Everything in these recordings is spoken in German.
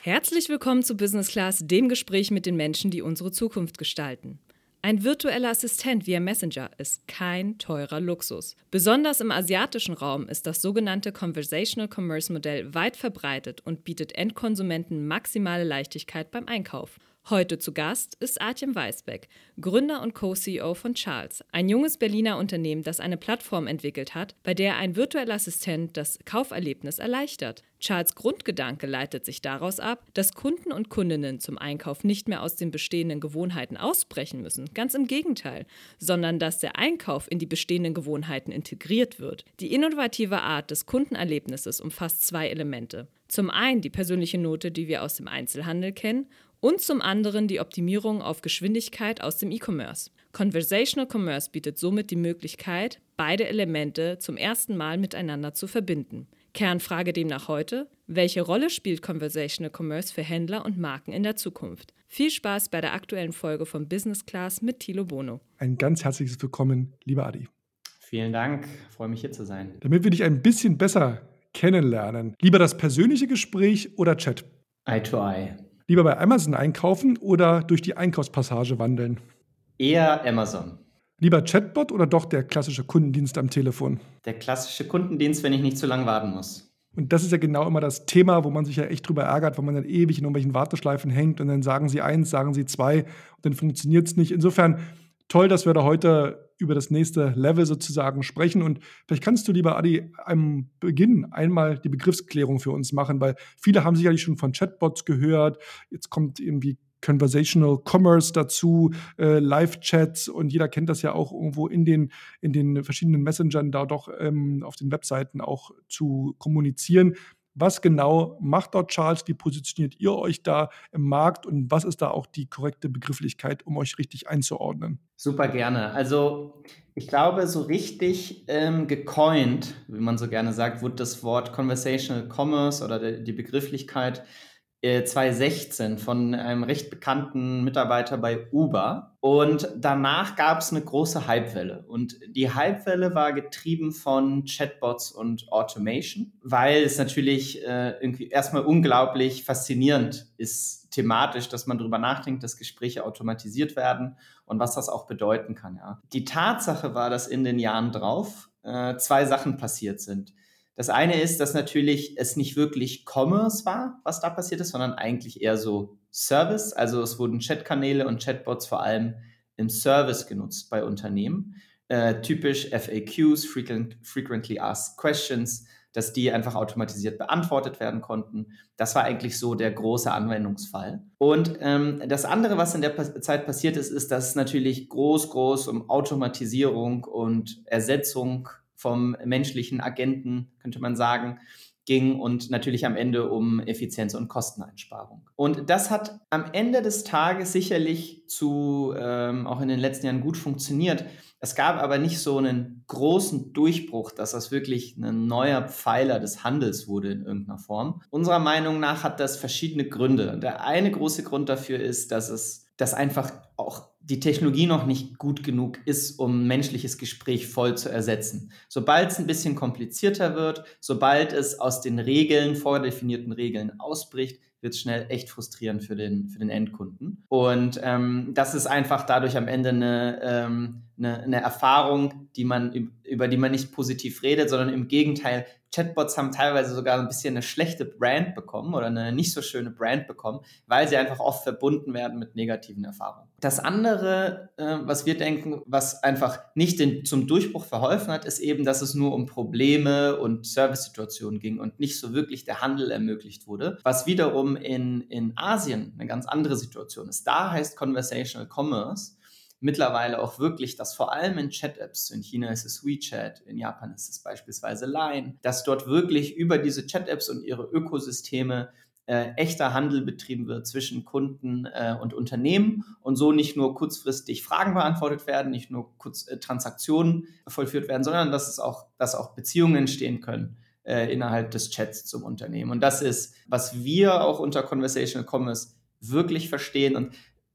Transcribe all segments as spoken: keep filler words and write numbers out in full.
Herzlich willkommen zu Business Class, dem Gespräch mit den Menschen, die unsere Zukunft gestalten. Ein virtueller Assistent via Messenger ist kein teurer Luxus. Besonders im asiatischen Raum ist das sogenannte Conversational Commerce Modell weit verbreitet und bietet Endkonsumenten maximale Leichtigkeit beim Einkauf. Heute zu Gast ist Artjem Weisbeck, Gründer und Co-C E O von Charles, ein junges Berliner Unternehmen, das eine Plattform entwickelt hat, bei der ein virtueller Assistent das Kauferlebnis erleichtert. Charles' Grundgedanke leitet sich daraus ab, dass Kunden und Kundinnen zum Einkauf nicht mehr aus den bestehenden Gewohnheiten ausbrechen müssen, ganz im Gegenteil, sondern dass der Einkauf in die bestehenden Gewohnheiten integriert wird. Die innovative Art des Kundenerlebnisses umfasst zwei Elemente. Zum einen die persönliche Note, die wir aus dem Einzelhandel kennen, und zum anderen die Optimierung auf Geschwindigkeit aus dem E-Commerce. Conversational Commerce bietet somit die Möglichkeit, beide Elemente zum ersten Mal miteinander zu verbinden. Kernfrage demnach heute: Welche Rolle spielt Conversational Commerce für Händler und Marken in der Zukunft? Viel Spaß bei der aktuellen Folge von Business Class mit Thilo Bono. Ein ganz herzliches Willkommen, lieber Adi. Vielen Dank, freue mich hier zu sein. Damit wir dich ein bisschen besser kennenlernen, lieber das persönliche Gespräch oder Chat? Eye to Eye. Lieber bei Amazon einkaufen oder durch die Einkaufspassage wandeln? Eher Amazon. Lieber Chatbot oder doch der klassische Kundendienst am Telefon? Der klassische Kundendienst, wenn ich nicht zu lange warten muss. Und das ist ja genau immer das Thema, wo man sich ja echt drüber ärgert, weil man dann ewig in irgendwelchen Warteschleifen hängt und dann sagen sie eins, sagen sie zwei und dann funktioniert es nicht. Insofern toll, dass wir da heute über das nächste Level sozusagen sprechen. Und vielleicht kannst du, lieber Adi, am Beginn einmal die Begriffsklärung für uns machen, weil viele haben sicherlich schon von Chatbots gehört. Jetzt kommt irgendwie Conversational Commerce dazu, äh, Live-Chats, und jeder kennt das ja auch irgendwo in den, in den verschiedenen Messengern, da doch ähm, auf den Webseiten auch zu kommunizieren. Was genau macht dort Charles? Wie positioniert ihr euch da im Markt und was ist da auch die korrekte Begrifflichkeit, um euch richtig einzuordnen? Super gerne. Also ich glaube, so richtig ähm, gecoint, wie man so gerne sagt, wurde das Wort Conversational Commerce oder die, die Begrifflichkeit äh, zwanzig sechzehn von einem recht bekannten Mitarbeiter bei Uber. Und danach gab es eine große Hypewelle. Und die Hypewelle war getrieben von Chatbots und Automation, weil es natürlich äh, irgendwie erstmal unglaublich faszinierend ist, thematisch, dass man darüber nachdenkt, dass Gespräche automatisiert werden und was das auch bedeuten kann. Ja. Die Tatsache war, dass in den Jahren drauf äh, zwei Sachen passiert sind. Das eine ist, dass natürlich es nicht wirklich Commerce war, was da passiert ist, sondern eigentlich eher so Service. Also es wurden Chatkanäle und Chatbots vor allem im Service genutzt bei Unternehmen. Äh, typisch F A Qs, Frequent, Frequently Asked Questions, dass die einfach automatisiert beantwortet werden konnten. Das war eigentlich so der große Anwendungsfall. Und ähm, das andere, was in der pa- Zeit passiert ist, ist, dass es natürlich groß, groß um Automatisierung und Ersetzung vom menschlichen Agenten, könnte man sagen, ging und natürlich am Ende um Effizienz und Kosteneinsparung. Und das hat am Ende des Tages sicherlich zu, ähm, auch in den letzten Jahren gut funktioniert. Es gab aber nicht so einen großen Durchbruch, dass das wirklich ein neuer Pfeiler des Handels wurde in irgendeiner Form. Unserer Meinung nach hat das verschiedene Gründe. Der eine große Grund dafür ist, dass es dass einfach auch die Technologie noch nicht gut genug ist, um menschliches Gespräch voll zu ersetzen. Sobald es ein bisschen komplizierter wird, sobald es aus den Regeln, vordefinierten Regeln ausbricht, wird es schnell echt frustrierend für den, für den Endkunden. Und ähm, das ist einfach dadurch am Ende eine, ähm, eine, eine Erfahrung, die man, über die man nicht positiv redet, sondern im Gegenteil, Chatbots haben teilweise sogar ein bisschen eine schlechte Brand bekommen oder eine nicht so schöne Brand bekommen, weil sie einfach oft verbunden werden mit negativen Erfahrungen. Das andere, äh, was wir denken, was einfach nicht den, zum Durchbruch verholfen hat, ist eben, dass es nur um Probleme und Servicesituationen ging und nicht so wirklich der Handel ermöglicht wurde, was wiederum in, in Asien eine ganz andere Situation ist. Da heißt Conversational Commerce mittlerweile auch wirklich, dass vor allem in Chat-Apps, in China ist es WeChat, in Japan ist es beispielsweise Line, dass dort wirklich über diese Chat-Apps und ihre Ökosysteme äh, echter Handel betrieben wird zwischen Kunden äh, und Unternehmen und so nicht nur kurzfristig Fragen beantwortet werden, nicht nur kurz äh, Transaktionen vollführt werden, sondern dass es auch, dass auch Beziehungen entstehen können äh, innerhalb des Chats zum Unternehmen. Und das ist, was wir auch unter Conversational Commerce wirklich verstehen. Und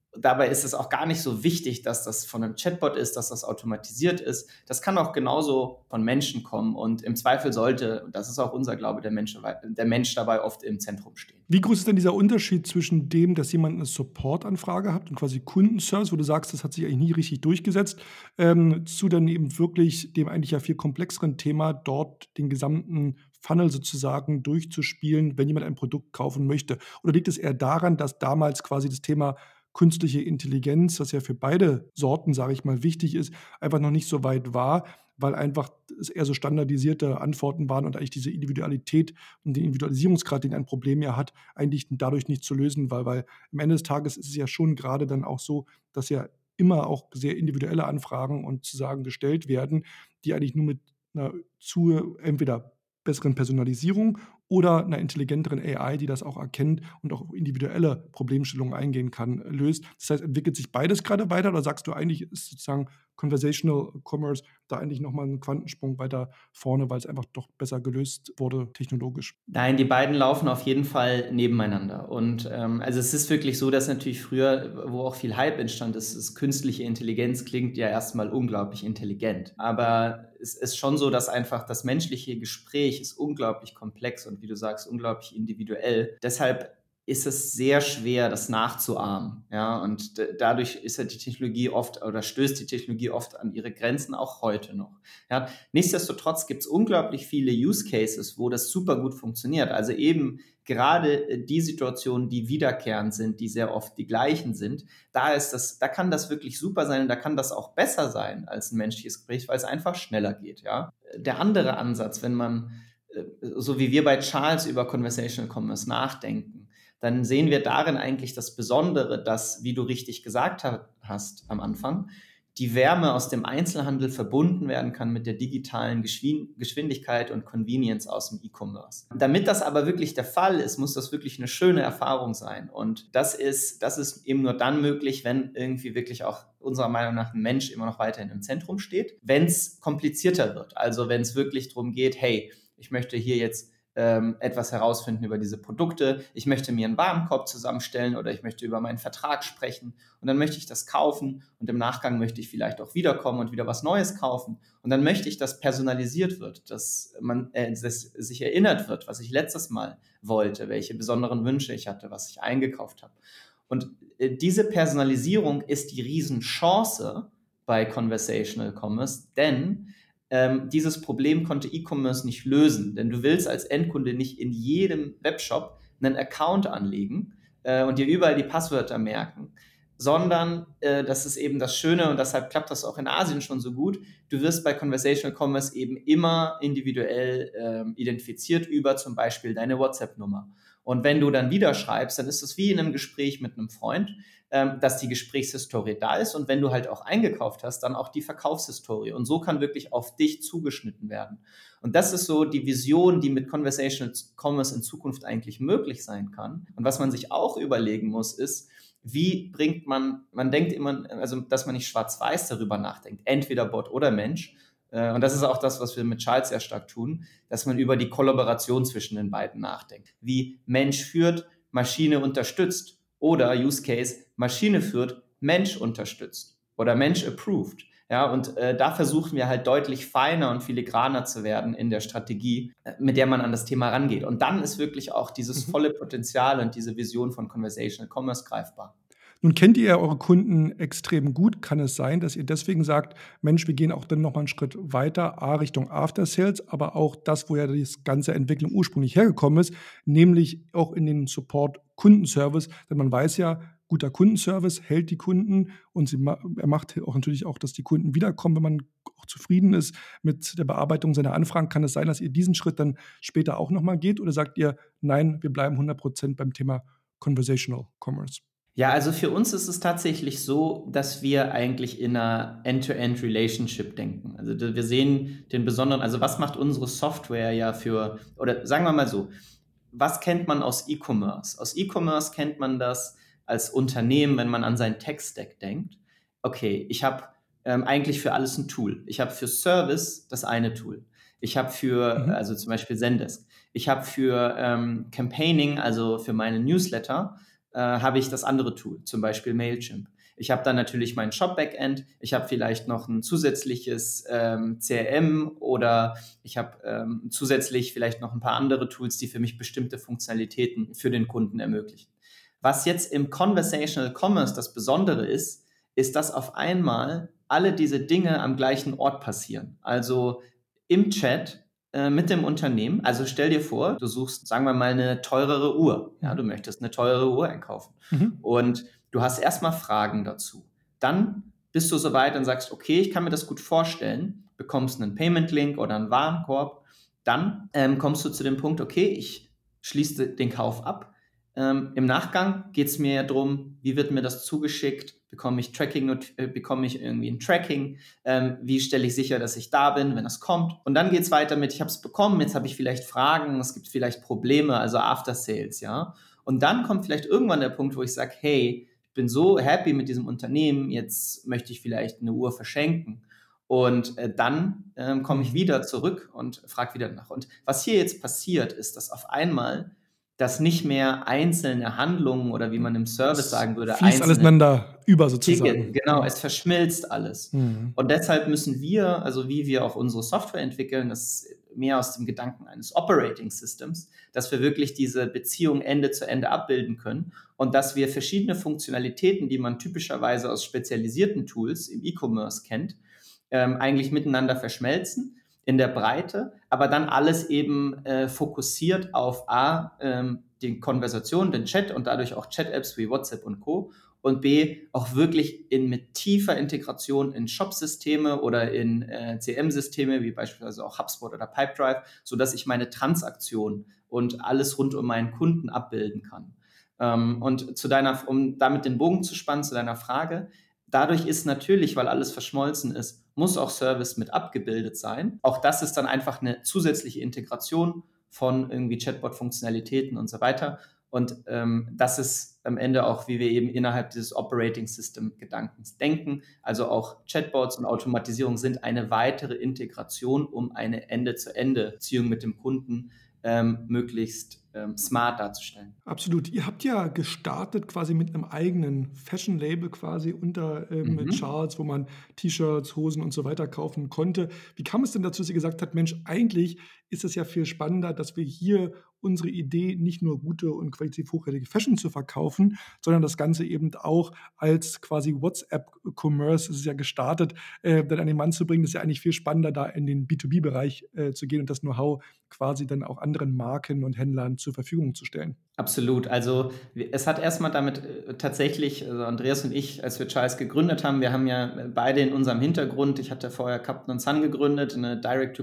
Dabei ist es auch gar nicht so wichtig, dass das von einem Chatbot ist, dass das automatisiert ist. Das kann auch genauso von Menschen kommen. Und im Zweifel sollte, und das ist auch unser Glaube, der Mensch, der Mensch dabei oft im Zentrum stehen. Wie groß ist denn dieser Unterschied zwischen dem, dass jemand eine Support-Anfrage hat und quasi Kundenservice, wo du sagst, das hat sich eigentlich nie richtig durchgesetzt, ähm, zu dann eben wirklich dem eigentlich ja viel komplexeren Thema, dort den gesamten Funnel sozusagen durchzuspielen, wenn jemand ein Produkt kaufen möchte? Oder liegt es eher daran, dass damals quasi das Thema künstliche Intelligenz, was ja für beide Sorten, sage ich mal, wichtig ist, einfach noch nicht so weit war, weil einfach es eher so standardisierte Antworten waren und eigentlich diese Individualität und den Individualisierungsgrad, den ein Problem ja hat, eigentlich dadurch nicht zu lösen war, weil am Ende des Tages ist es ja schon gerade dann auch so, dass ja immer auch sehr individuelle Anfragen und zu sagen gestellt werden, die eigentlich nur mit einer zu entweder besseren Personalisierung oder einer intelligenteren A I, die das auch erkennt und auch auf individuelle Problemstellungen eingehen kann, löst. Das heißt, entwickelt sich beides gerade weiter oder sagst du eigentlich, ist sozusagen Conversational Commerce da eigentlich noch mal 'n Quantensprung weiter vorne, weil es einfach doch besser gelöst wurde technologisch? Nein, die beiden laufen auf jeden Fall nebeneinander. Und ähm, also es ist wirklich so, dass natürlich früher, wo auch viel Hype entstand, ist, ist künstliche Intelligenz klingt ja erstmal unglaublich intelligent. Aber es ist schon so, dass einfach das menschliche Gespräch ist unglaublich komplex und wie du sagst, unglaublich individuell. Deshalb ist es sehr schwer, das nachzuahmen. Ja, und d- dadurch ist ja die Technologie oft oder stößt die Technologie oft an ihre Grenzen, auch heute noch. Ja, nichtsdestotrotz gibt es unglaublich viele Use Cases, wo das super gut funktioniert. Also eben gerade äh, die Situationen, die wiederkehrend sind, die sehr oft die gleichen sind, da ist das, da kann das wirklich super sein und da kann das auch besser sein als ein menschliches Gespräch, weil es einfach schneller geht. Ja, der andere Ansatz, wenn man äh, so wie wir bei Charles über Conversational Commerce nachdenken, dann sehen wir darin eigentlich das Besondere, dass, wie du richtig gesagt ha- hast am Anfang, die Wärme aus dem Einzelhandel verbunden werden kann mit der digitalen Geschwin- Geschwindigkeit und Convenience aus dem E-Commerce. Damit das aber wirklich der Fall ist, muss das wirklich eine schöne Erfahrung sein. Und das ist, das ist eben nur dann möglich, wenn irgendwie wirklich auch unserer Meinung nach ein Mensch immer noch weiterhin im Zentrum steht. Wenn es komplizierter wird, also wenn es wirklich darum geht, hey, ich möchte hier jetzt ähm, etwas herausfinden über diese Produkte, ich möchte mir einen Warenkorb zusammenstellen oder ich möchte über meinen Vertrag sprechen und dann möchte ich das kaufen und im Nachgang möchte ich vielleicht auch wiederkommen und wieder was Neues kaufen und dann möchte ich, dass personalisiert wird, dass man äh, dass sich erinnert wird, was ich letztes Mal wollte, welche besonderen Wünsche ich hatte, was ich eingekauft habe. Und äh, diese Personalisierung ist die Riesenchance bei Conversational Commerce, denn ähm, dieses Problem konnte E-Commerce nicht lösen, denn du willst als Endkunde nicht in jedem Webshop einen Account anlegen äh, und dir überall die Passwörter merken, sondern äh, das ist eben das Schöne und deshalb klappt das auch in Asien schon so gut. Du wirst bei Conversational Commerce eben immer individuell ähm, identifiziert über zum Beispiel deine WhatsApp-Nummer. Und wenn du dann wieder schreibst, dann ist es wie in einem Gespräch mit einem Freund, ähm, dass die Gesprächshistorie da ist und wenn du halt auch eingekauft hast, dann auch die Verkaufshistorie. Und so kann wirklich auf dich zugeschnitten werden. Und das ist so die Vision, die mit Conversational Commerce in Zukunft eigentlich möglich sein kann. Und was man sich auch überlegen muss, ist, wie bringt man, man denkt immer, also dass man nicht schwarz-weiß darüber nachdenkt, entweder Bot oder Mensch. Äh, Und das ist auch das, was wir mit Charles sehr stark tun, dass man über die Kollaboration zwischen den beiden nachdenkt. Wie Mensch führt, Maschine unterstützt oder Use Case, Maschine führt, Mensch unterstützt oder Mensch approved. Ja, und äh, da versuchen wir halt deutlich feiner und filigraner zu werden in der Strategie, äh, mit der man an das Thema rangeht. Und dann ist wirklich auch dieses Mhm. volle Potenzial und diese Vision von Conversational Commerce greifbar. Nun kennt ihr ja eure Kunden extrem gut. Kann es sein, dass ihr deswegen sagt: „Mensch, wir gehen auch dann noch mal 'n Schritt weiter, A, Richtung After Sales, aber auch das, wo ja das ganze Entwicklung ursprünglich hergekommen ist, nämlich auch in den Support Kundenservice?“ Denn man weiß ja, guter Kundenservice hält die Kunden und sie ma er macht auch natürlich auch, dass die Kunden wiederkommen, wenn man auch zufrieden ist mit der Bearbeitung seiner Anfragen. Kann es sein, dass ihr diesen Schritt dann später auch noch mal geht oder sagt ihr: „Nein, wir bleiben hundert Prozent beim Thema Conversational Commerce?“ Ja, also für uns ist es tatsächlich so, dass wir eigentlich in einer End-to-End-Relationship denken. Also d- wir sehen den besonderen, also was macht unsere Software ja für, oder sagen wir mal so, was kennt man aus E-Commerce? Aus E-Commerce kennt man das als Unternehmen, wenn man an seinen Tech-Stack denkt. Okay, ich habe ähm, eigentlich für alles ein Tool. Ich habe für Service das eine Tool. Ich habe für, Mhm. also zum Beispiel Zendesk. Ich habe für ähm, Campaigning, also für meine Newsletter, äh, habe ich das andere Tool, zum Beispiel Mailchimp. Ich habe dann natürlich mein Shop-Backend, ich habe vielleicht noch ein zusätzliches ähm, C R M oder ich habe ähm, zusätzlich vielleicht noch ein paar andere Tools, die für mich bestimmte Funktionalitäten für den Kunden ermöglichen. Was jetzt im Conversational Commerce das Besondere ist, ist, dass auf einmal alle diese Dinge am gleichen Ort passieren. Also im Chat äh, mit dem Unternehmen. Also stell dir vor, du suchst, sagen wir mal, eine teurere Uhr. Ja, du möchtest eine teurere Uhr einkaufen. Mhm. Und du hast erstmal Fragen dazu. Dann bist du soweit und sagst, okay, ich kann mir das gut vorstellen, bekommst einen Payment-Link oder einen Warenkorb. Dann ähm, kommst du zu dem Punkt, okay, ich schließe den Kauf ab. Ähm, Im Nachgang geht es mir ja darum, wie wird mir das zugeschickt? Bekomme ich Tracking, äh, bekomme ich irgendwie ein Tracking? Ähm, wie stelle ich sicher, dass ich da bin, wenn es kommt? Und dann geht es weiter mit, ich habe es bekommen, jetzt habe ich vielleicht Fragen, es gibt vielleicht Probleme, also After Sales, ja. Und dann kommt vielleicht irgendwann der Punkt, wo ich sage, hey, ich bin so happy mit diesem Unternehmen, jetzt möchte ich vielleicht eine Uhr verschenken. Und äh, dann ähm, komme ich wieder zurück und frage wieder nach. Und was hier jetzt passiert, ist, dass auf einmal dass nicht mehr einzelne Handlungen oder wie man im Service sagen würde, fließt alles ineinander über sozusagen. Ticket, genau, es verschmilzt alles. Mhm. Und deshalb müssen wir, also wie wir auch unsere Software entwickeln, das ist mehr aus dem Gedanken eines Operating Systems, dass wir wirklich diese Beziehung Ende zu Ende abbilden können und dass wir verschiedene Funktionalitäten, die man typischerweise aus spezialisierten Tools im E-Commerce kennt, ähm, eigentlich miteinander verschmelzen in der Breite, aber dann alles eben äh, fokussiert auf A, ähm, die Konversation, den Chat und dadurch auch Chat-Apps wie WhatsApp und Co. Und B, auch wirklich in, mit tiefer Integration in Shop-Systeme oder in äh, C M-Systeme, wie beispielsweise auch HubSpot oder Pipedrive, sodass ich meine Transaktion und alles rund um meinen Kunden abbilden kann. Ähm, und zu deiner, um damit den Bogen zu spannen, zu deiner Frage, dadurch ist natürlich, weil alles verschmolzen ist, muss auch Service mit abgebildet sein. Auch das ist dann einfach eine zusätzliche Integration von irgendwie Chatbot-Funktionalitäten und so weiter. Und ähm, das ist am Ende auch, wie wir eben innerhalb dieses Operating-System-Gedankens denken. Also auch Chatbots und Automatisierung sind eine weitere Integration, um eine Ende-zu-Ende-Beziehung mit dem Kunden ähm, möglichst ähm, smart darzustellen. Absolut. Ihr habt ja gestartet quasi mit einem eigenen Fashion-Label quasi unter äh, mhm. mit Charles, wo man T-Shirts, Hosen und so weiter kaufen konnte. Wie kam es denn dazu, dass ihr gesagt habt, Mensch, eigentlich ist es ja viel spannender, dass wir hier unsere Idee nicht nur gute und qualitativ hochwertige Fashion zu verkaufen, sondern das Ganze eben auch als quasi WhatsApp-Commerce, es ist ja gestartet, äh, dann an den Mann zu bringen. Das ist ja eigentlich viel spannender, da in den B zwei B-Bereich äh, zu gehen und das Know-how quasi dann auch anderen Marken und Händlern zur Verfügung zu stellen. Absolut. Also es hat erstmal damit äh, tatsächlich, also Andreas und ich, als wir Charles gegründet haben, wir haben ja beide in unserem Hintergrund, ich hatte vorher Captain und Son gegründet, eine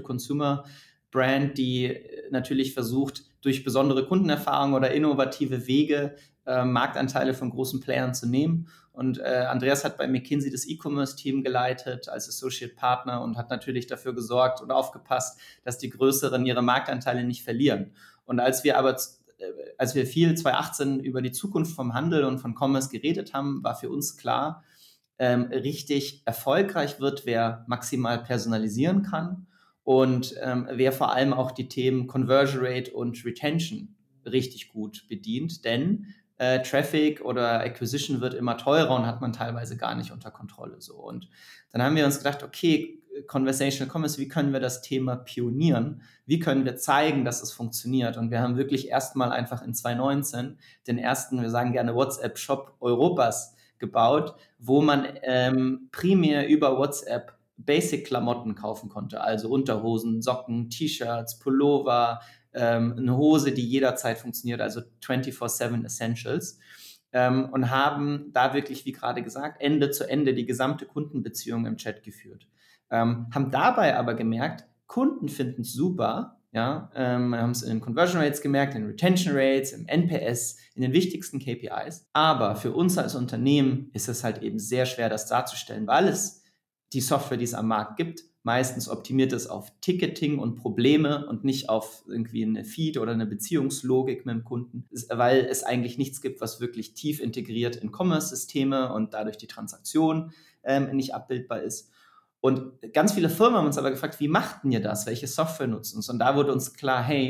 Direct-to-Consumer-Brand, die natürlich versucht, durch besondere Kundenerfahrung oder innovative Wege äh, Marktanteile von großen Playern zu nehmen. Und äh, Andreas hat bei McKinsey das E-Commerce-Team geleitet als Associate Partner und hat natürlich dafür gesorgt und aufgepasst, dass die Größeren ihre Marktanteile nicht verlieren. Und als wir aber als wir viel zwanzig achtzehn über die Zukunft vom Handel und von Commerce geredet haben, war für uns klar, ähm, richtig erfolgreich wird, wer maximal personalisieren kann und ähm, wer vor allem auch die Themen Conversion Rate und Retention richtig gut bedient, denn äh, Traffic oder Acquisition wird immer teurer und hat man teilweise gar nicht unter Kontrolle. So. Und dann haben wir uns gedacht, okay, Conversational Commerce, wie können wir das Thema pionieren? Wie können wir zeigen, dass es funktioniert? Und wir haben wirklich erstmal einfach in zwanzig neunzehn den ersten, wir sagen gerne WhatsApp-Shop Europas gebaut, wo man ähm, primär über WhatsApp Basic-Klamotten kaufen konnte, also Unterhosen, Socken, T-Shirts, Pullover, ähm, eine Hose, die jederzeit funktioniert, also vierundzwanzig sieben Essentials. Ähm, und haben da wirklich, wie gerade gesagt, Ende zu Ende die gesamte Kundenbeziehung im Chat geführt. Ähm, haben dabei aber gemerkt, Kunden finden es super, ja, ähm, wir haben es in den Conversion Rates gemerkt, in den Retention Rates, im N P S, in den wichtigsten K P Is, aber für uns als Unternehmen ist es halt eben sehr schwer, das darzustellen, weil es die Software, die es am Markt gibt, meistens optimiert es auf Ticketing und Probleme und nicht auf irgendwie eine Feed oder eine Beziehungslogik mit dem Kunden, weil es eigentlich nichts gibt, was wirklich tief integriert in Commerce-Systeme und dadurch die Transaktion ähm, nicht abbildbar ist. Und ganz viele Firmen haben uns aber gefragt, wie macht ihr das? Welche Software nutzen uns? Und da wurde uns klar, hey,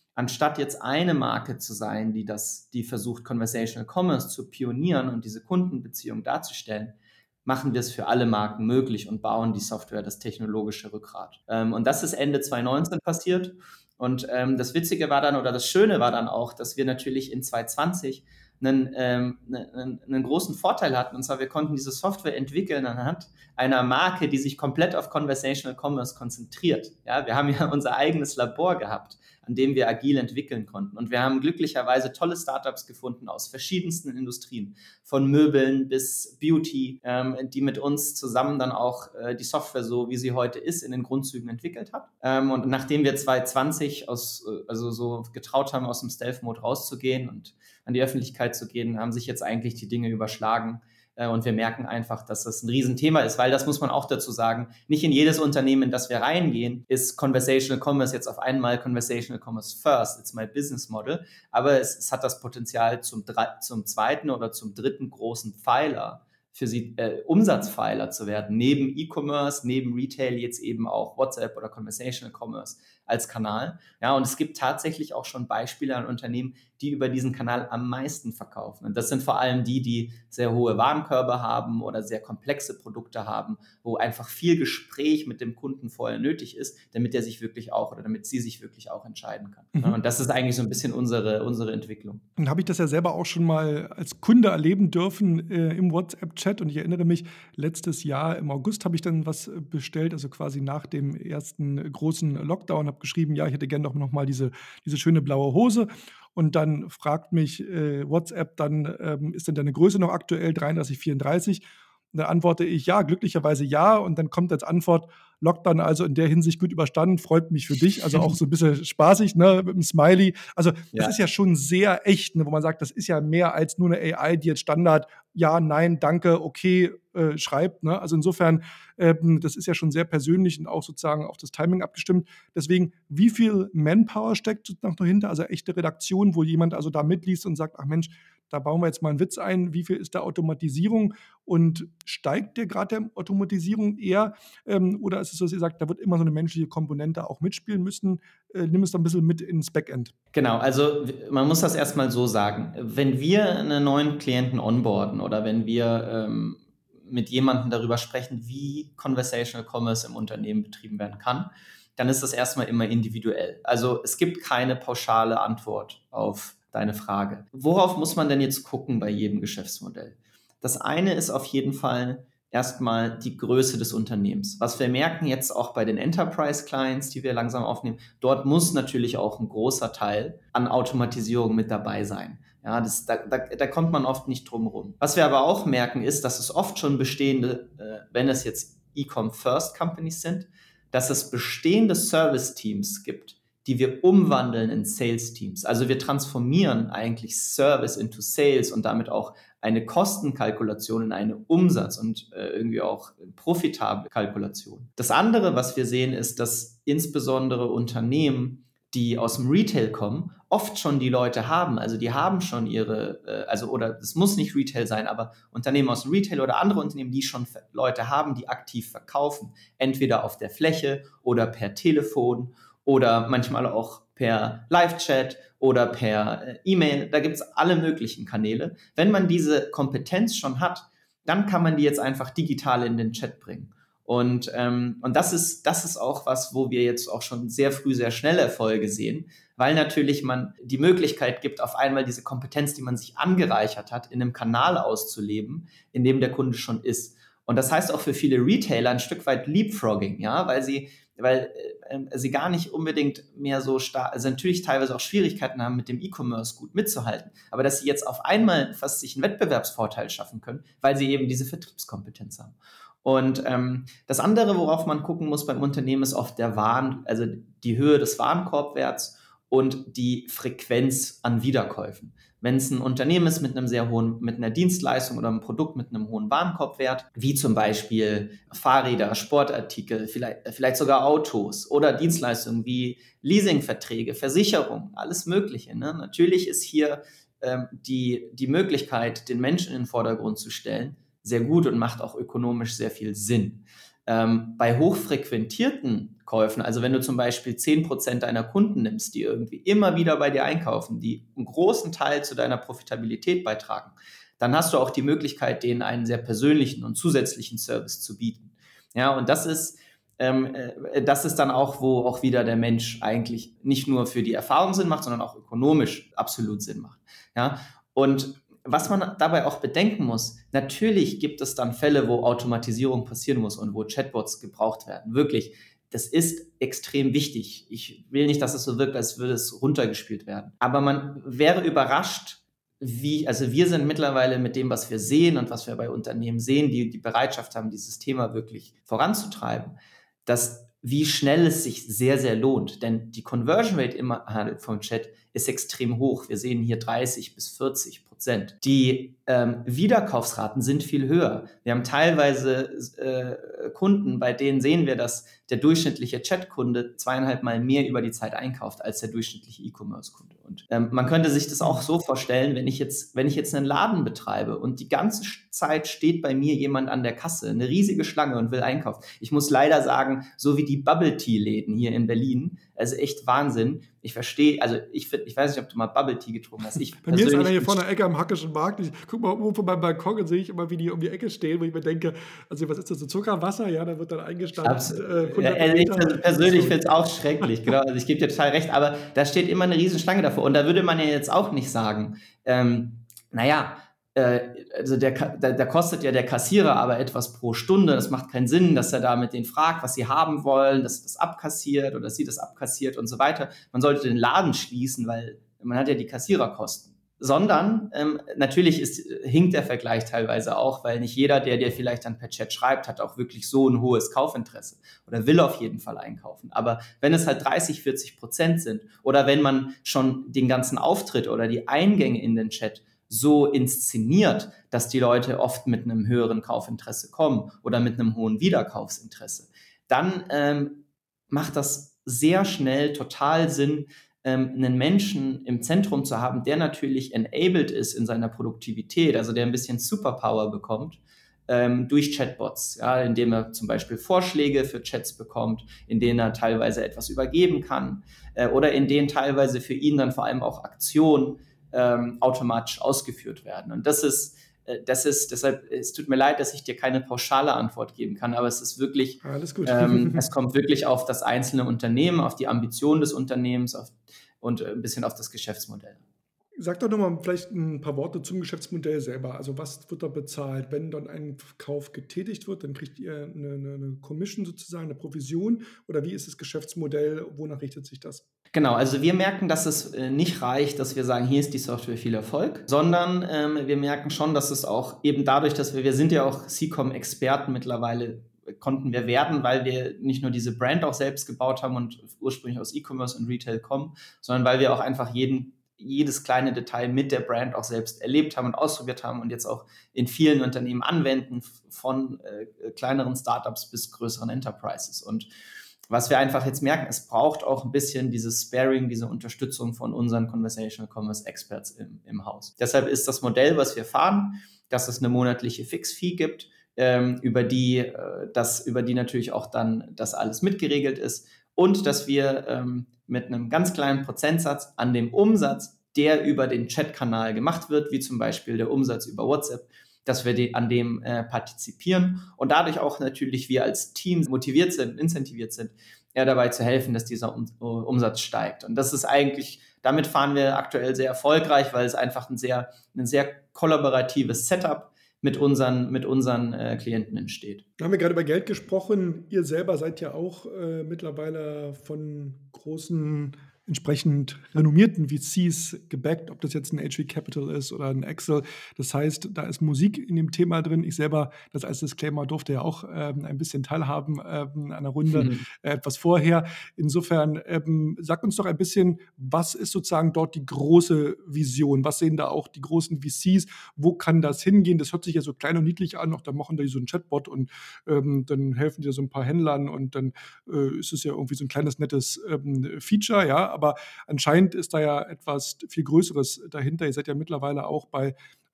anstatt jetzt eine Marke zu sein, die das, die versucht, Conversational Commerce zu pionieren und diese Kundenbeziehung darzustellen, machen wir es für alle Marken möglich und bauen die Software, das technologische Rückgrat. Ähm, und das ist Ende zwanzig neunzehn passiert. Und ähm, das Witzige war dann, oder das Schöne war dann auch, dass wir natürlich in zwanzig zwanzig einen, ähm, einen, einen großen Vorteil hatten. Und zwar, wir konnten diese Software entwickeln anhand einer Marke, die sich komplett auf Conversational Commerce konzentriert. Ja, wir haben ja unser eigenes Labor gehabt, an dem wir agil entwickeln konnten. Und wir haben glücklicherweise tolle Startups gefunden aus verschiedensten Industrien, von Möbeln bis Beauty, ähm, die mit uns zusammen dann auch äh, die Software, so wie sie heute ist, in den Grundzügen entwickelt hat. Ähm, und nachdem wir zwanzig zwanzig aus, äh, also so getraut haben, aus dem Stealth-Mode rauszugehen und an die Öffentlichkeit zu gehen, haben sich jetzt eigentlich die Dinge überschlagen. Und wir merken einfach, dass das ein Riesenthema ist, weil das muss man auch dazu sagen, nicht in jedes Unternehmen, in das wir reingehen, ist Conversational Commerce jetzt auf einmal Conversational Commerce first, it's my business model, aber es, es hat das Potenzial zum, zum zweiten oder zum dritten großen Pfeiler für sie, äh, Umsatzpfeiler zu werden, neben E-Commerce, neben Retail jetzt eben auch WhatsApp oder Conversational Commerce als Kanal. Ja, und es gibt tatsächlich auch schon Beispiele an Unternehmen, die über diesen Kanal am meisten verkaufen. Und das sind vor allem die, die sehr hohe Warenkörbe haben oder sehr komplexe Produkte haben, wo einfach viel Gespräch mit dem Kunden vorher nötig ist, damit er sich wirklich auch oder damit sie sich wirklich auch entscheiden kann. Mhm. Und das ist eigentlich so ein bisschen unsere, unsere Entwicklung. Dann habe ich das ja selber auch schon mal als Kunde erleben dürfen äh, im WhatsApp-Chat. Und ich erinnere mich, letztes Jahr im August habe ich dann was bestellt, also quasi nach dem ersten großen Lockdown, habe geschrieben, ja, ich hätte gerne doch noch mal diese, diese schöne blaue Hose. Und dann fragt mich äh, WhatsApp dann, ähm, ist denn deine Größe noch aktuell dreiunddreißig, vierunddreißig? Und dann antworte ich, ja, glücklicherweise ja. Und dann kommt als Antwort, Lockdown also in der Hinsicht gut überstanden, freut mich für dich. Also auch so ein bisschen spaßig, ne, mit dem Smiley. Also das ja. ist ja schon sehr echt, ne, wo man sagt, das ist ja mehr als nur eine A I, die jetzt Standard ja, nein, danke, okay äh, schreibt. Ne? Also insofern, ähm, das ist ja schon sehr persönlich und auch sozusagen auf das Timing abgestimmt. Deswegen, wie viel Manpower steckt noch dahinter? Also echte Redaktion, wo jemand also da mitliest und sagt, ach Mensch, da bauen wir jetzt mal einen Witz ein. Wie viel ist da Automatisierung? Und steigt der Grad der Automatisierung eher? Ähm, oder ist es so, dass ihr sagt, da wird immer so eine menschliche Komponente auch mitspielen müssen? Äh, nimm es dann ein bisschen mit ins Backend. Genau, also man muss das erstmal so sagen. Wenn wir einen neuen Klienten onboarden oder wenn wir ähm, mit jemandem darüber sprechen, wie Conversational Commerce im Unternehmen betrieben werden kann, dann ist das erstmal immer individuell. Also es gibt keine pauschale Antwort auf deine Frage. Worauf muss man denn jetzt gucken bei jedem Geschäftsmodell? Das eine ist auf jeden Fall erstmal die Größe des Unternehmens. Was wir merken jetzt auch bei den Enterprise-Clients, die wir langsam aufnehmen, dort muss natürlich auch ein großer Teil an Automatisierung mit dabei sein. Ja, das, da, da, da kommt man oft nicht drum rum. Was wir aber auch merken, ist, dass es oft schon bestehende, äh, wenn es jetzt E-Com-First-Companies sind, dass es bestehende Service-Teams gibt, die wir umwandeln in Sales-Teams. Also wir transformieren eigentlich Service into Sales und damit auch eine Kostenkalkulation in eine Umsatz- und äh, irgendwie auch profitable Kalkulation. Das andere, was wir sehen, ist, dass insbesondere Unternehmen, die aus dem Retail kommen, oft schon die Leute haben. Also die haben schon ihre, äh, also oder es muss nicht Retail sein, aber Unternehmen aus dem Retail oder andere Unternehmen, die schon Leute haben, die aktiv verkaufen. Entweder auf der Fläche oder per Telefon oder manchmal auch per Live-Chat oder per äh, E-Mail. Da gibt es alle möglichen Kanäle. Wenn man diese Kompetenz schon hat, dann kann man die jetzt einfach digital in den Chat bringen. Und, ähm, und das ist, das ist auch was, wo wir jetzt auch schon sehr früh sehr schnelle Erfolge sehen, weil natürlich man die Möglichkeit gibt, auf einmal diese Kompetenz, die man sich angereichert hat, in einem Kanal auszuleben, in dem der Kunde schon ist. Und das heißt auch für viele Retailer ein Stück weit Leapfrogging, ja, weil sie weil äh, sie gar nicht unbedingt mehr so stark, also natürlich teilweise auch Schwierigkeiten haben, mit dem E-Commerce gut mitzuhalten, aber dass sie jetzt auf einmal fast sich einen Wettbewerbsvorteil schaffen können, weil sie eben diese Vertriebskompetenz haben. Und ähm, das andere, worauf man gucken muss beim Unternehmen, ist oft der Waren, also die Höhe des Warenkorbwerts und die Frequenz an Wiederkäufen. Wenn es ein Unternehmen ist mit einem sehr hohen, mit einer Dienstleistung oder einem Produkt mit einem hohen Warenkorbwert, wie zum Beispiel Fahrräder, Sportartikel, vielleicht, vielleicht sogar Autos oder Dienstleistungen wie Leasingverträge, Versicherung, alles Mögliche. Ne? Natürlich ist hier ähm, die, die Möglichkeit, den Menschen in den Vordergrund zu stellen, sehr gut und macht auch ökonomisch sehr viel Sinn. Ähm, bei hochfrequentierten Käufen, also wenn du zum Beispiel zehn Prozent deiner Kunden nimmst, die irgendwie immer wieder bei dir einkaufen, die einen großen Teil zu deiner Profitabilität beitragen, dann hast du auch die Möglichkeit, denen einen sehr persönlichen und zusätzlichen Service zu bieten. Ja, und das ist, ähm, äh, das ist dann auch, wo auch wieder der Mensch eigentlich nicht nur für die Erfahrung Sinn macht, sondern auch ökonomisch absolut Sinn macht. Ja, und was man dabei auch bedenken muss, natürlich gibt es dann Fälle, wo Automatisierung passieren muss und wo Chatbots gebraucht werden. Wirklich, das ist extrem wichtig. Ich will nicht, dass es so wirkt, als würde es runtergespielt werden. Aber man wäre überrascht, wie, also wir sind mittlerweile mit dem, was wir sehen und was wir bei Unternehmen sehen, die die Bereitschaft haben, dieses Thema wirklich voranzutreiben, dass wie schnell es sich sehr, sehr lohnt. Denn die Conversion Rate innerhalb vom Chat ist extrem hoch. Wir sehen hier dreißig bis vierzig Prozent. Die ähm, Wiederkaufsraten sind viel höher. Wir haben teilweise äh, Kunden, bei denen sehen wir, dass der durchschnittliche Chatkunde zweieinhalb Mal mehr über die Zeit einkauft als der durchschnittliche E-Commerce-Kunde. Und ähm, man könnte sich das auch so vorstellen, wenn ich jetzt, wenn ich jetzt einen Laden betreibe und die ganze Zeit steht bei mir jemand an der Kasse, eine riesige Schlange und will einkaufen. Ich muss leider sagen, so wie die Bubble-Tea-Läden hier in Berlin, also echt Wahnsinn. Ich verstehe, also ich, ich weiß nicht, ob du mal Bubble-Tea getrunken hast. Ich bei mir ist einer hier vor der Ecke am Hackischen Markt. Ich gucke mal oben von meinem Balkon und sehe ich immer, wie die um die Ecke stehen, wo ich mir denke, also was ist das, so Zuckerwasser? Ja, da wird dann eingestanden. Äh, ja, also ich persönlich finde es auch schrecklich, genau. Also ich gebe dir total recht, aber da steht immer eine riesen Schlange davor. Und da würde man ja jetzt auch nicht sagen, ähm, naja, äh, also der, der, der kostet ja der Kassierer aber etwas pro Stunde. Das macht keinen Sinn, dass er da mit denen fragt, was sie haben wollen, dass das abkassiert oder dass sie das abkassiert und so weiter. Man sollte den Laden schließen, weil man hat ja die Kassiererkosten. Sondern ähm, natürlich ist, hinkt der Vergleich teilweise auch, weil nicht jeder, der dir vielleicht dann per Chat schreibt, hat auch wirklich so ein hohes Kaufinteresse oder will auf jeden Fall einkaufen. Aber wenn es halt dreißig, vierzig Prozent sind oder wenn man schon den ganzen Auftritt oder die Eingänge in den Chat so inszeniert, dass die Leute oft mit einem höheren Kaufinteresse kommen oder mit einem hohen Wiederkaufsinteresse, dann ähm, macht das sehr schnell total Sinn, einen Menschen im Zentrum zu haben, der natürlich enabled ist in seiner Produktivität, also der ein bisschen Superpower bekommt ähm, durch Chatbots, ja, indem er zum Beispiel Vorschläge für Chats bekommt, in denen er teilweise etwas übergeben kann äh, oder in denen teilweise für ihn dann vor allem auch Aktionen ähm, automatisch ausgeführt werden. Und das ist Das ist, deshalb, es tut mir leid, dass ich dir keine pauschale Antwort geben kann, aber es ist wirklich, alles gut. Ähm, es kommt wirklich auf das einzelne Unternehmen, auf die Ambition des Unternehmens auf, und ein bisschen auf das Geschäftsmodell. Sag doch nochmal vielleicht ein paar Worte zum Geschäftsmodell selber. Also was wird da bezahlt? Wenn dann ein Kauf getätigt wird, dann kriegt ihr eine, eine, eine Commission sozusagen, eine Provision? Oder wie ist das Geschäftsmodell? Wonach richtet sich das? Genau, also wir merken, dass es äh, nicht reicht, dass wir sagen, hier ist die Software, viel Erfolg, sondern ähm, wir merken schon, dass es auch eben dadurch, dass wir, wir sind ja auch C C O M-Experten mittlerweile, konnten wir werden, weil wir nicht nur diese Brand auch selbst gebaut haben und ursprünglich aus E-Commerce und Retail kommen, sondern weil wir auch einfach jeden jedes kleine Detail mit der Brand auch selbst erlebt haben und ausprobiert haben und jetzt auch in vielen Unternehmen anwenden, von äh, kleineren Startups bis größeren Enterprises. Und was wir einfach jetzt merken, es braucht auch ein bisschen dieses Sparing, diese Unterstützung von unseren Conversational Commerce Experts im, im Haus. Deshalb ist das Modell, was wir fahren, dass es eine monatliche Fix-Fee gibt, ähm, über die, äh, das, über die natürlich auch dann das alles mitgeregelt ist und dass wir ähm, mit einem ganz kleinen Prozentsatz an dem Umsatz, der über den Chatkanal gemacht wird, wie zum Beispiel der Umsatz über WhatsApp, dass wir die, an dem äh, partizipieren und dadurch auch natürlich wir als Team motiviert sind, incentiviert sind, ja, dabei zu helfen, dass dieser um, Umsatz steigt. Und das ist eigentlich, damit fahren wir aktuell sehr erfolgreich, weil es einfach ein sehr, ein sehr kollaboratives Setup mit unseren, mit unseren äh, Klienten entsteht. Da haben wir gerade über Geld gesprochen. Ihr selber seid ja auch äh, mittlerweile von großen, entsprechend renommierten V Cs gebackt, ob das jetzt ein H V Capital ist oder ein Excel. Das heißt, da ist Musik in dem Thema drin. Ich selber, das als Disclaimer, durfte ja auch ähm, ein bisschen teilhaben ähm, an der Runde mhm. äh, etwas vorher. Insofern, ähm, sag uns doch ein bisschen, was ist sozusagen dort die große Vision? Was sehen da auch die großen V Cs? Wo kann das hingehen? Das hört sich ja so klein und niedlich an. Auch da machen die so einen Chatbot und ähm, dann helfen dir so ein paar Händlern und dann äh, ist es ja irgendwie so ein kleines, nettes ähm, Feature, ja. Aber anscheinend ist da ja etwas viel Größeres dahinter. Ihr seid ja mittlerweile auch bei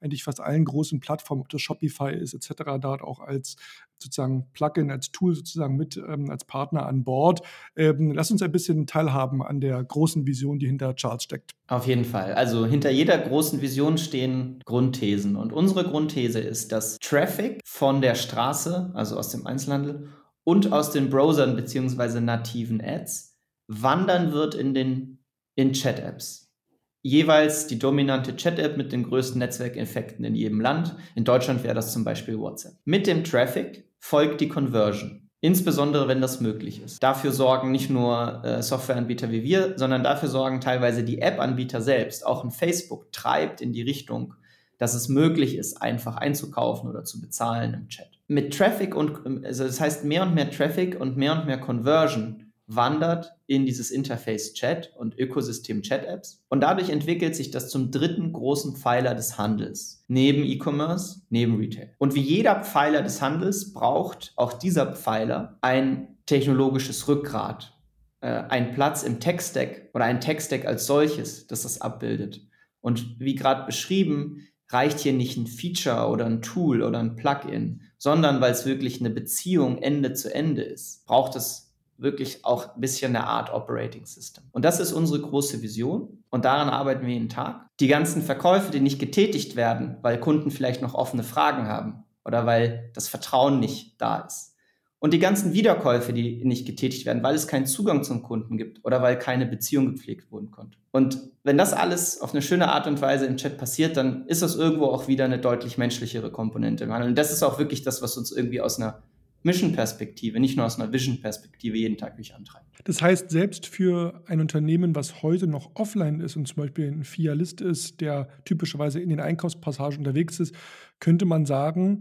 eigentlich fast allen großen Plattformen, ob das Shopify ist et cetera, dort auch als sozusagen Plugin, als Tool sozusagen mit ähm, als Partner an Bord. Ähm, lass uns ein bisschen teilhaben an der großen Vision, die hinter Charles steckt. Auf jeden Fall. Also hinter jeder großen Vision stehen Grundthesen. Und unsere Grundthese ist, dass Traffic von der Straße, also aus dem Einzelhandel, und aus den Browsern bzw. nativen Ads wandern wird in den in Chat-Apps. Jeweils die dominante Chat-App mit den größten Netzwerkeffekten in jedem Land. In Deutschland wäre das zum Beispiel WhatsApp. Mit dem Traffic folgt die Conversion. Insbesondere, wenn das möglich ist. Dafür sorgen nicht nur äh, Softwareanbieter wie wir, sondern dafür sorgen teilweise die App-Anbieter selbst. Auch ein Facebook treibt in die Richtung, dass es möglich ist, einfach einzukaufen oder zu bezahlen im Chat. Mit Traffic und, also das heißt, mehr und mehr Traffic und mehr und mehr Conversion wandert in dieses Interface Chat und Ökosystem Chat-Apps. Und dadurch entwickelt sich das zum dritten großen Pfeiler des Handels. Neben E-Commerce, neben Retail. Und wie jeder Pfeiler des Handels braucht auch dieser Pfeiler ein technologisches Rückgrat. Äh, ein Platz im Tech-Stack oder ein Tech-Stack als solches, das das abbildet. Und wie gerade beschrieben, reicht hier nicht ein Feature oder ein Tool oder ein Plugin, sondern weil es wirklich eine Beziehung Ende zu Ende ist, braucht es wirklich auch ein bisschen eine Art Operating System. Und das ist unsere große Vision und daran arbeiten wir jeden Tag. Die ganzen Verkäufe, die nicht getätigt werden, weil Kunden vielleicht noch offene Fragen haben oder weil das Vertrauen nicht da ist. Und die ganzen Wiederkäufe, die nicht getätigt werden, weil es keinen Zugang zum Kunden gibt oder weil keine Beziehung gepflegt werden konnte. Und wenn das alles auf eine schöne Art und Weise im Chat passiert, dann ist das irgendwo auch wieder eine deutlich menschlichere Komponente im Handel. Und das ist auch wirklich das, was uns irgendwie aus einer Mission-Perspektive, nicht nur aus einer Vision-Perspektive jeden Tag mich antreibt. Das heißt, selbst für ein Unternehmen, was heute noch offline ist und zum Beispiel ein Filialist ist, der typischerweise in den Einkaufspassagen unterwegs ist, könnte man sagen,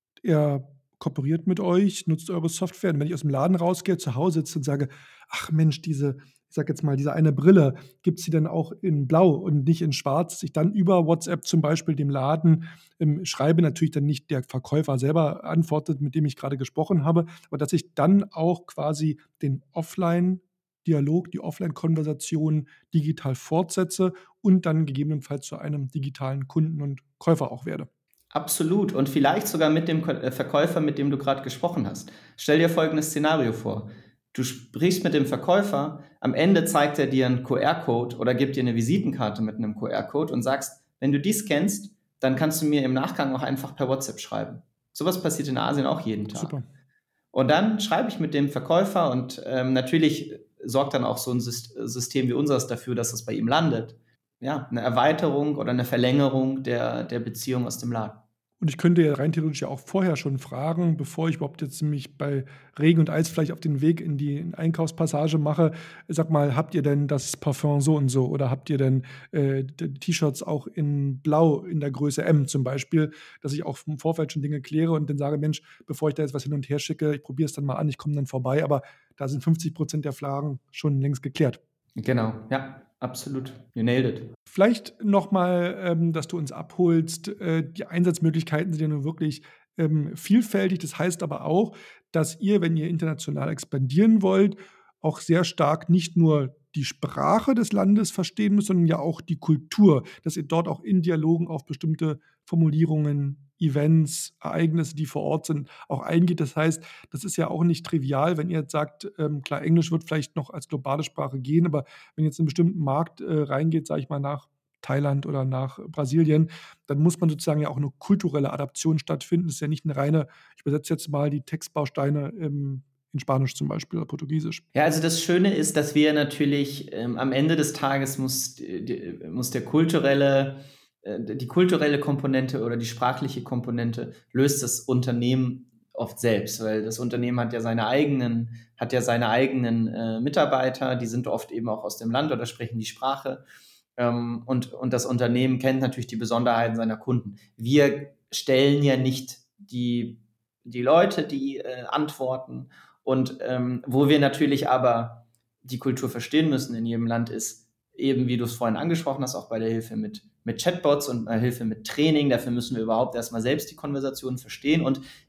er kooperiert mit euch, nutzt eure Software. Und wenn ich aus dem Laden rausgehe, zu Hause sitze und sage, ach Mensch, diese, ich sag jetzt mal, diese eine Brille, gibt es die dann auch in Blau und nicht in Schwarz? Ich dann über WhatsApp zum Beispiel dem Laden ähm, schreibe, natürlich dann nicht der Verkäufer selber antwortet, mit dem ich gerade gesprochen habe, aber dass ich dann auch quasi den Offline-Dialog, die Offline-Konversation digital fortsetze und dann gegebenenfalls zu einem digitalen Kunden und Käufer auch werde. Absolut. Und vielleicht sogar mit dem Verkäufer, mit dem du gerade gesprochen hast. Stell dir folgendes Szenario vor. Du sprichst mit dem Verkäufer, am Ende zeigt er dir einen Q R-Code oder gibt dir eine Visitenkarte mit einem Q R-Code und sagst, wenn du dies kennst, dann kannst du mir im Nachgang auch einfach per WhatsApp schreiben. Sowas passiert in Asien auch jeden Tag. Super. Und dann schreibe ich mit dem Verkäufer und ähm, natürlich sorgt dann auch so ein System wie unseres dafür, dass es bei ihm landet. Ja, eine Erweiterung oder eine Verlängerung der, der Beziehung aus dem Laden. Und ich könnte ja rein theoretisch ja auch vorher schon fragen, bevor ich überhaupt jetzt mich bei Regen und Eis vielleicht auf den Weg in die Einkaufspassage mache. Sag mal, habt ihr denn das Parfum so und so? Oder habt ihr denn äh, T-Shirts auch in Blau in der Größe M zum Beispiel? Dass ich auch im Vorfeld schon Dinge kläre und dann sage, Mensch, bevor ich da jetzt was hin und her schicke, ich probiere es dann mal an, ich komme dann vorbei. Aber da sind fünfzig Prozent der Fragen schon längst geklärt. Genau, ja. Absolut. You nailed it. Vielleicht nochmal, ähm, dass du uns abholst. Äh, die Einsatzmöglichkeiten sind ja nun wirklich ähm, vielfältig. Das heißt aber auch, dass ihr, wenn ihr international expandieren wollt, auch sehr stark nicht nur die Sprache des Landes verstehen müsst, sondern ja auch die Kultur, dass ihr dort auch in Dialogen auf bestimmte Formulierungen, Events, Ereignisse, die vor Ort sind, auch eingeht. Das heißt, das ist ja auch nicht trivial, wenn ihr jetzt sagt, ähm, klar, Englisch wird vielleicht noch als globale Sprache gehen, aber wenn jetzt in einen bestimmten Markt äh, reingeht, sage ich mal, nach Thailand oder nach Brasilien, dann muss man sozusagen ja auch eine kulturelle Adaption stattfinden. Das ist ja nicht eine reine, ich übersetze jetzt mal die Textbausteine im in Spanisch zum Beispiel oder Portugiesisch. Ja, also das Schöne ist, dass wir natürlich ähm, am Ende des Tages muss, die, muss der kulturelle, äh, die kulturelle Komponente oder die sprachliche Komponente löst das Unternehmen oft selbst, weil das Unternehmen hat ja seine eigenen, hat ja seine eigenen äh, Mitarbeiter, die sind oft eben auch aus dem Land oder sprechen die Sprache. Ähm, und, und das Unternehmen kennt natürlich die Besonderheiten seiner Kunden. Wir stellen ja nicht die, die Leute, die äh, antworten. Und ähm, wo wir natürlich aber die Kultur verstehen müssen in jedem Land ist, eben wie du es vorhin angesprochen hast, auch bei der Hilfe mit, mit Chatbots und äh, Hilfe mit Training. Dafür müssen wir überhaupt erstmal selbst die Konversation verstehen. Und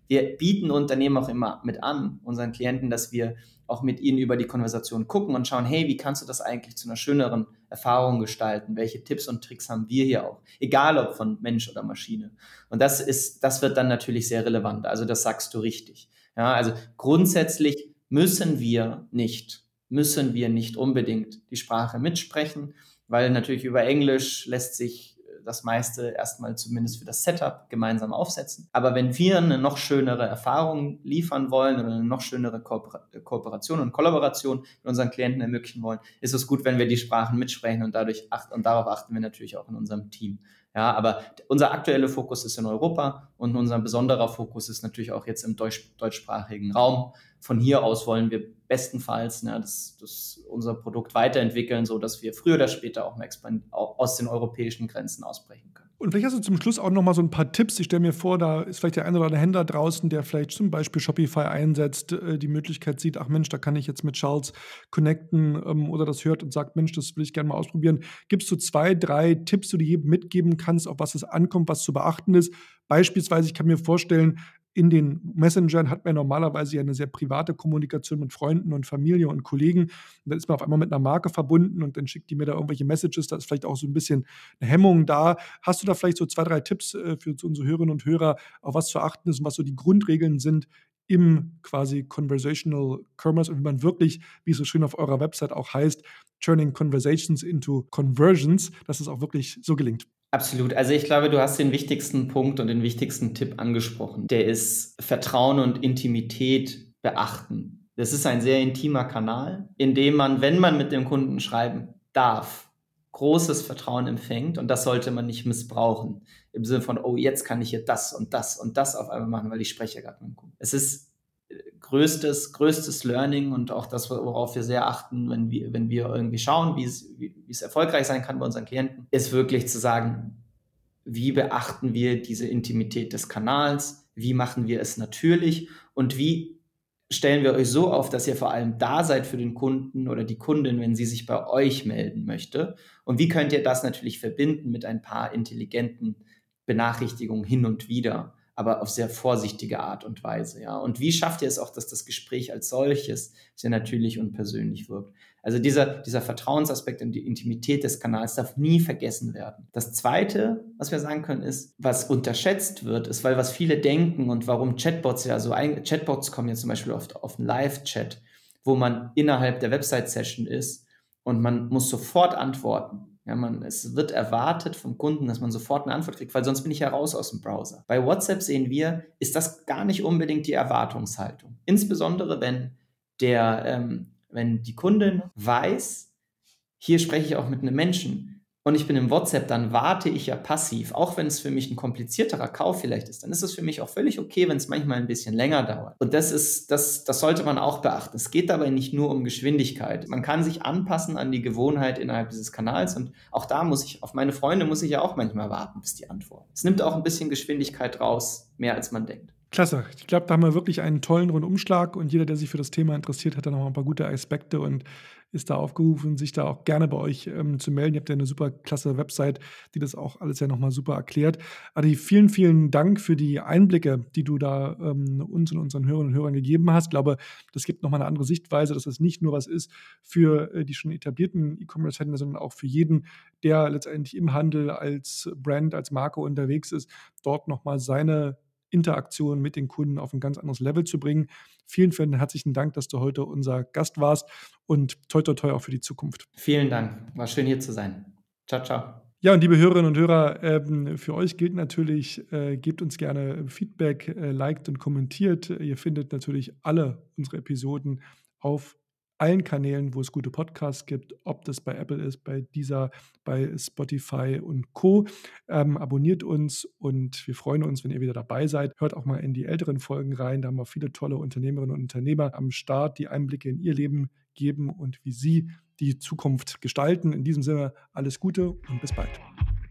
Wir bieten Unternehmen auch immer mit an, unseren Klienten, dass wir auch mit ihnen über die Konversation gucken und schauen, hey, wie kannst du das eigentlich zu einer schöneren Erfahrung gestalten? Welche Tipps und Tricks haben wir hier auch? Egal ob von Mensch oder Maschine. Und das ist, das wird dann natürlich sehr relevant. Also das sagst du richtig. Ja, also grundsätzlich müssen wir nicht, müssen wir nicht unbedingt die Sprache mitsprechen, weil natürlich über Englisch lässt sich das meiste erstmal zumindest für das Setup gemeinsam aufsetzen. Aber wenn wir eine noch schönere Erfahrung liefern wollen oder eine noch schönere Kooper- Kooperation und Kollaboration mit unseren Klienten ermöglichen wollen, ist es gut, wenn wir die Sprachen mitsprechen und dadurch achten, und darauf achten wir natürlich auch in unserem Team. Ja, aber unser aktueller Fokus ist in Europa und unser besonderer Fokus ist natürlich auch jetzt im deutsch, deutschsprachigen Raum. Von hier aus wollen wir bestenfalls ne, das, das unser Produkt weiterentwickeln, sodass wir früher oder später auch, mal expand- auch aus den europäischen Grenzen ausbrechen können. Und vielleicht hast du zum Schluss auch noch mal so ein paar Tipps. Ich stelle mir vor, da ist vielleicht der eine oder andere Händler draußen, der vielleicht zum Beispiel Shopify einsetzt, äh, die Möglichkeit sieht, ach Mensch, da kann ich jetzt mit Charles connecten ähm, oder das hört und sagt, Mensch, das will ich gerne mal ausprobieren. Gibst du zwei, drei Tipps, die du jedem mitgeben kannst, auf was es ankommt, was zu beachten ist? Beispielsweise, ich kann mir vorstellen, in den Messengern hat man normalerweise ja eine sehr private Kommunikation mit Freunden und Familie und Kollegen. Und dann ist man auf einmal mit einer Marke verbunden und dann schickt die mir da irgendwelche Messages. Da ist vielleicht auch so ein bisschen eine Hemmung da. Hast du da vielleicht so zwei, drei Tipps äh, für unsere Hörerinnen und Hörer, auf was zu achten ist und was so die Grundregeln sind im quasi Conversational Commerce und wie man wirklich, wie es so schön auf eurer Website auch heißt, Turning Conversations into Conversions, dass es auch wirklich so gelingt? Absolut. Also ich glaube, du hast den wichtigsten Punkt und den wichtigsten Tipp angesprochen. Der ist Vertrauen und Intimität beachten. Das ist ein sehr intimer Kanal, in dem man, wenn man mit dem Kunden schreiben darf, großes Vertrauen empfängt und das sollte man nicht missbrauchen. Im Sinne von, oh, jetzt kann ich hier das und das und das auf einmal machen, weil ich spreche ja gerade mit dem Kunden. Es ist größtes, größtes Learning und auch das, worauf wir sehr achten, wenn wir, wenn wir irgendwie schauen, wie es, wie, wie es erfolgreich sein kann bei unseren Klienten, ist wirklich zu sagen, wie beachten wir diese Intimität des Kanals, wie machen wir es natürlich und wie stellen wir euch so auf, dass ihr vor allem da seid für den Kunden oder die Kundin, wenn sie sich bei euch melden möchte. Und wie könnt ihr das natürlich verbinden mit ein paar intelligenten Benachrichtigungen hin und wieder, aber auf sehr vorsichtige Art und Weise. Ja. Und wie schafft ihr es auch, dass das Gespräch als solches sehr natürlich und persönlich wirkt? Also dieser, dieser Vertrauensaspekt und die Intimität des Kanals darf nie vergessen werden. Das Zweite, was wir sagen können, ist, was unterschätzt wird, ist, weil was viele denken und warum Chatbots ja so, ein, Chatbots kommen ja zum Beispiel oft auf einen Live-Chat, wo man innerhalb der Website-Session ist und man muss sofort antworten. Ja, man, es wird erwartet vom Kunden, dass man sofort eine Antwort kriegt, weil sonst bin ich ja raus aus dem Browser. Bei WhatsApp sehen wir, ist das gar nicht unbedingt die Erwartungshaltung. Insbesondere, wenn, der, ähm, wenn die Kundin weiß, hier spreche ich auch mit einem Menschen und ich bin im WhatsApp, dann warte ich ja passiv, auch wenn es für mich ein komplizierterer Kauf vielleicht ist, dann ist es für mich auch völlig okay, wenn es manchmal ein bisschen länger dauert. Und das ist, das, das sollte man auch beachten. Es geht dabei nicht nur um Geschwindigkeit. Man kann sich anpassen an die Gewohnheit innerhalb dieses Kanals und auch da muss ich, auf meine Freunde muss ich ja auch manchmal warten, bis die antworten. Es nimmt auch ein bisschen Geschwindigkeit raus, mehr als man denkt. Klasse. Ich glaube, da haben wir wirklich einen tollen Rundumschlag und jeder, der sich für das Thema interessiert, hat da noch ein paar gute Aspekte und ist da aufgerufen, sich da auch gerne bei euch ähm, zu melden. Ihr habt ja eine super klasse Website, die das auch alles ja nochmal super erklärt. Adi, vielen, vielen Dank für die Einblicke, die du da ähm, uns und unseren Hörerinnen und Hörern gegeben hast. Ich glaube, das gibt nochmal eine andere Sichtweise, dass das nicht nur was ist für äh, die schon etablierten E-Commerce-Händler, sondern auch für jeden, der letztendlich im Handel als Brand, als Marke unterwegs ist, dort nochmal seine Interaktion mit den Kunden auf ein ganz anderes Level zu bringen. Vielen, vielen herzlichen Dank, dass du heute unser Gast warst und toi, toi, toi auch für die Zukunft. Vielen Dank. War schön hier zu sein. Ciao, ciao. Ja, und liebe Hörerinnen und Hörer, ähm, für euch gilt natürlich, äh, gebt uns gerne Feedback, äh, liked und kommentiert. Ihr findet natürlich alle unsere Episoden auf allen Kanälen, wo es gute Podcasts gibt, ob das bei Apple ist, bei Deezer, bei Spotify und Co. Ähm, abonniert uns und wir freuen uns, wenn ihr wieder dabei seid. Hört auch mal in die älteren Folgen rein. Da haben wir viele tolle Unternehmerinnen und Unternehmer am Start, die Einblicke in ihr Leben geben und wie sie die Zukunft gestalten. In diesem Sinne alles Gute und bis bald.